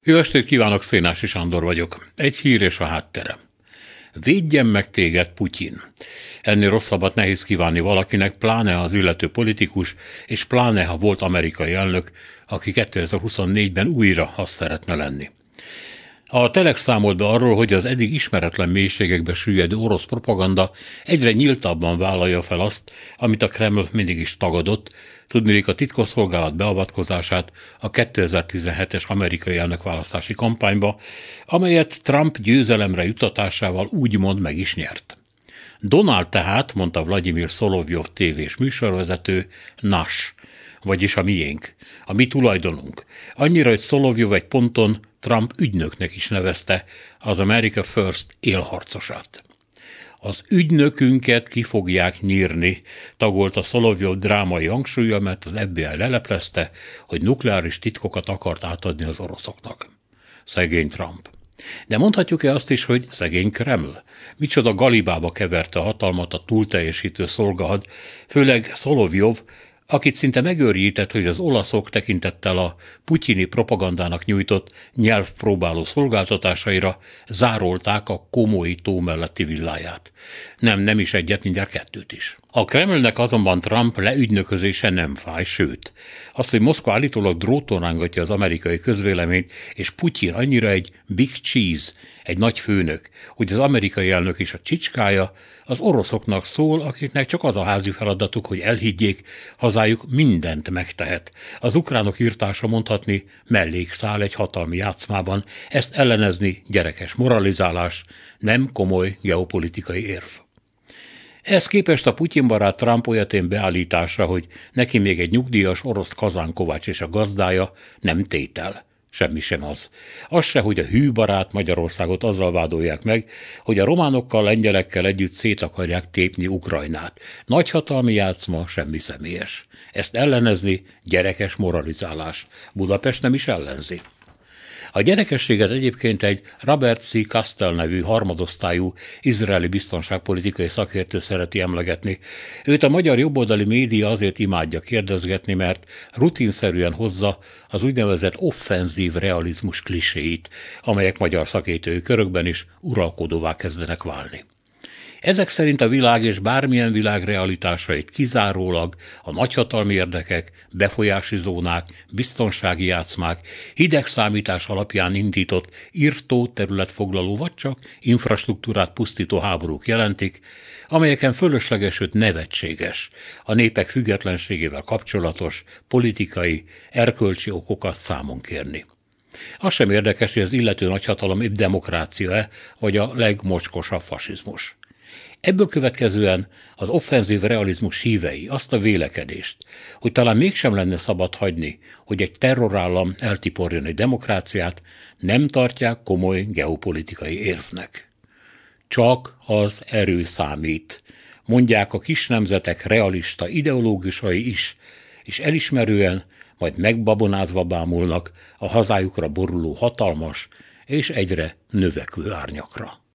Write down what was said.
Jó estét kívánok, Szénási Sándor vagyok. Egy hír és a háttere. Védjen meg téged Putyin. Ennél rosszabbat nehéz kívánni valakinek, pláne az illető politikus, és pláne ha volt amerikai elnök, aki 2024-ben újra azt szeretne lenni. A Telex számolt be arról, hogy az eddig ismeretlen mélységekbe süllyedő orosz propaganda egyre nyíltabban vállalja fel azt, amit a Kreml mindig is tagadott, tudniillik a titkosszolgálat beavatkozását a 2017-es amerikai elnökválasztási kampányba, amelyet Trump győzelemre juttatásával úgymond meg is nyert. Donald tehát, mondta Vladimir Szolovjov tévés műsorvezető, nash, vagyis a miénk, a mi tulajdonunk. Annyira, hogy Szolovjov egy ponton Trump ügynöknek is nevezte az America First élharcosát. Az ügynökünket ki fogják nyírni, tagolta Szolovjov drámai hangsúlya, mert az FBI leleplezte, hogy nukleáris titkokat akart átadni az oroszoknak. Szegény Trump. De mondhatjuk-e azt is, hogy szegény Kreml? Micsoda galibába keverte a hatalmat a túlteljesítő szolgahad, főleg Szolovjov, akit szinte megőrjített, hogy az olaszok tekintettel a putyini propagandának nyújtott nyelvpróbáló szolgáltatásaira zárolták a Komói tó melletti villáját. Nem is egyet, mindjárt kettőt is. A Kremlnek azonban Trump leügynöközése nem fáj, sőt. Azt, hogy Moszkva állítólag dróton rángatja az amerikai közvéleményt, és Putyin annyira egy big cheese, egy nagy főnök, hogy az amerikai elnök is a csicskája, az oroszoknak szól, akiknek csak az a házi feladatuk, hogy elhiggyék, hazájuk mindent megtehet. Az ukránok írtása mondhatni mellékszál egy hatalmi játszmában, ezt ellenezni gyerekes moralizálás, nem komoly geopolitikai érv. Ehhez képest a Putyin-barát Trump olyatén beállításra, hogy neki még egy nyugdíjas orosz Kazán-Kovács és a gazdája, nem tétel. Semmi sem az. Az se, hogy a hű barát Magyarországot azzal vádolják meg, hogy a románokkal, lengyelekkel együtt szét akarják tépni Ukrajnát. Nagyhatalmi játszma, semmi személyes. Ezt ellenezni gyerekes moralizálás. Budapest nem is ellenzi. A gyerekességet egyébként egy Robert C. Castell nevű harmadosztályú izraeli biztonságpolitikai szakértő szereti emlegetni. Őt a magyar jobboldali média azért imádja kérdezgetni, mert rutinszerűen hozza az úgynevezett offenzív realizmus kliséit, amelyek magyar szakértői körökben is uralkodóvá kezdenek válni. Ezek szerint a világ és bármilyen világ realitásait kizárólag a nagyhatalmi érdekek, befolyási zónák, biztonsági játszmák, hideg számítás alapján indított írtó területfoglaló vagy csak infrastruktúrát pusztító háborúk jelentik, amelyeken fölösleges, sőt nevetséges, a népek függetlenségével kapcsolatos politikai, erkölcsi okokat számon kérni. Az sem érdekes, hogy az illető nagyhatalom épp demokrácia-e, vagy a legmocskosabb fasizmus. Ebből következően az offenzív realizmus hívei azt a vélekedést, hogy talán mégsem lenne szabad hagyni, hogy egy terrorállam eltiporjon egy demokráciát, nem tartják komoly geopolitikai érvnek. Csak az erő számít, mondják a kis nemzetek realista ideológusai is, és elismerően, majd megbabonázva bámulnak a hazájukra boruló hatalmas és egyre növekvő árnyakra.